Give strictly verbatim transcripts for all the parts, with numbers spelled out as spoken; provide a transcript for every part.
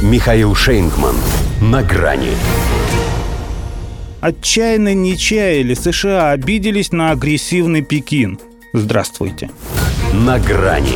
Михаил Шейнгман. На грани. Отчаянно не чаяли, США обиделись на агрессивный Пекин. Здравствуйте. На грани.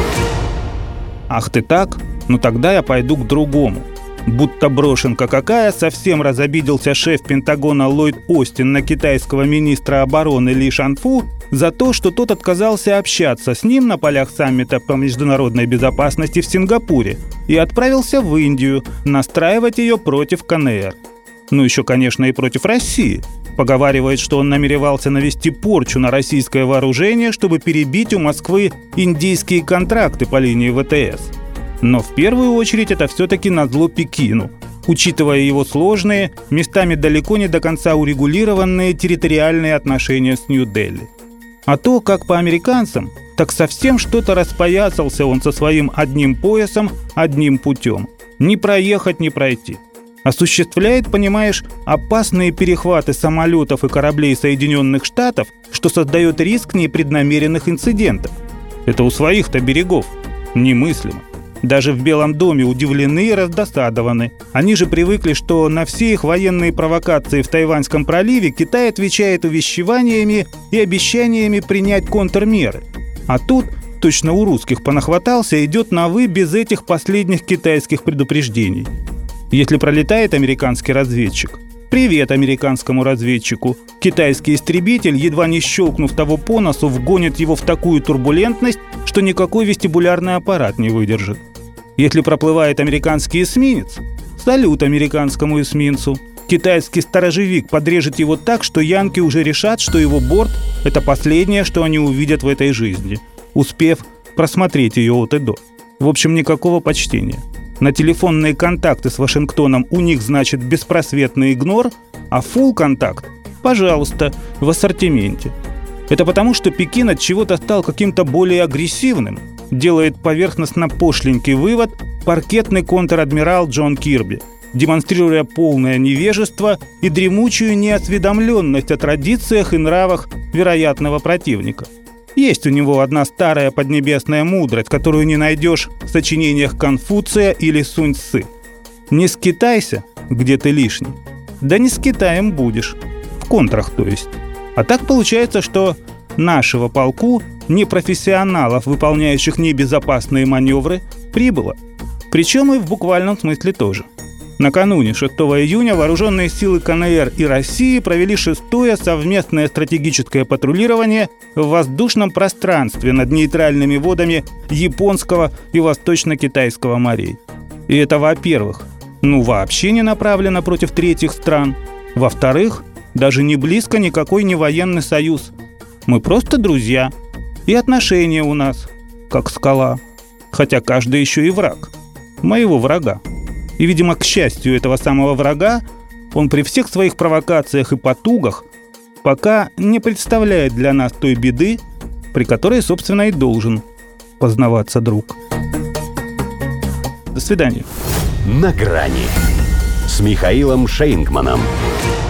Ах ты так? Ну тогда я пойду к другому. Будто брошенка какая, совсем разобиделся шеф Пентагона Ллойд Остин на китайского министра обороны Ли Шанфу за то, что тот отказался общаться с ним на полях саммита по международной безопасности в Сингапуре и отправился в Индию настраивать ее против КНР. Ну еще, конечно, и против России. Поговаривает, что он намеревался навести порчу на российское вооружение, чтобы перебить у Москвы индийские контракты по линии ВТС. Но в первую очередь это все-таки назло Пекину, учитывая его сложные, местами далеко не до конца урегулированные территориальные отношения с Нью-Дели. А то, как по американцам, так совсем что-то распоясался он со своим одним поясом, одним путем. Ни проехать, ни пройти. Осуществляет, понимаешь, опасные перехваты самолетов и кораблей Соединенных Штатов, что создает риск непреднамеренных инцидентов. Это у своих-то берегов. Немыслимо. Даже в Белом доме удивлены и раздосадованы. Они же привыкли, что на все их военные провокации в Тайваньском проливе Китай отвечает увещеваниями и обещаниями принять контрмеры. А тут, точно у русских понахватался, идет на «вы» без этих последних китайских предупреждений. Если пролетает американский разведчик, привет американскому разведчику. Китайский истребитель, едва не щелкнув того по носу, вгонит его в такую турбулентность, что никакой вестибулярный аппарат не выдержит. Если проплывает американский эсминец, салют американскому эсминцу. Китайский сторожевик подрежет его так, что янки уже решат, что его борт – это последнее, что они увидят в этой жизни, успев просмотреть ее от и до. В общем, никакого почтения. На телефонные контакты с Вашингтоном у них, значит, беспросветный игнор, а фулл-контакт, пожалуйста, в ассортименте. Это потому, что Пекин от чего-то стал каким-то более агрессивным, делает поверхностно пошленький вывод паркетный контр-адмирал Джон Кирби, демонстрируя полное невежество и дремучую неосведомленность о традициях и нравах вероятного противника. Есть у него одна старая поднебесная мудрость, которую не найдешь в сочинениях Конфуция или Сунь-цзы. Не скитайся, где ты лишний. Да не с Китаем будешь. В контрах, то есть. А так получается, что нашего полку, непрофессионалов, выполняющих небезопасные маневры, прибыло. Причем и в буквальном смысле тоже. Накануне, шестого июня, вооруженные силы КНР и России провели шестое совместное стратегическое патрулирование в воздушном пространстве над нейтральными водами Японского и Восточно-Китайского морей. И это, во-первых, ну вообще не направлено против третьих стран. Во-вторых, даже не близко никакой не военный союз. Мы просто друзья. И отношения у нас, как скала. Хотя каждый еще и враг. Моего врага. И, видимо, к счастью этого самого врага, он при всех своих провокациях и потугах пока не представляет для нас той беды, при которой, собственно, и должен познаваться друг. До свидания. На грани с Михаилом Шейнгманом.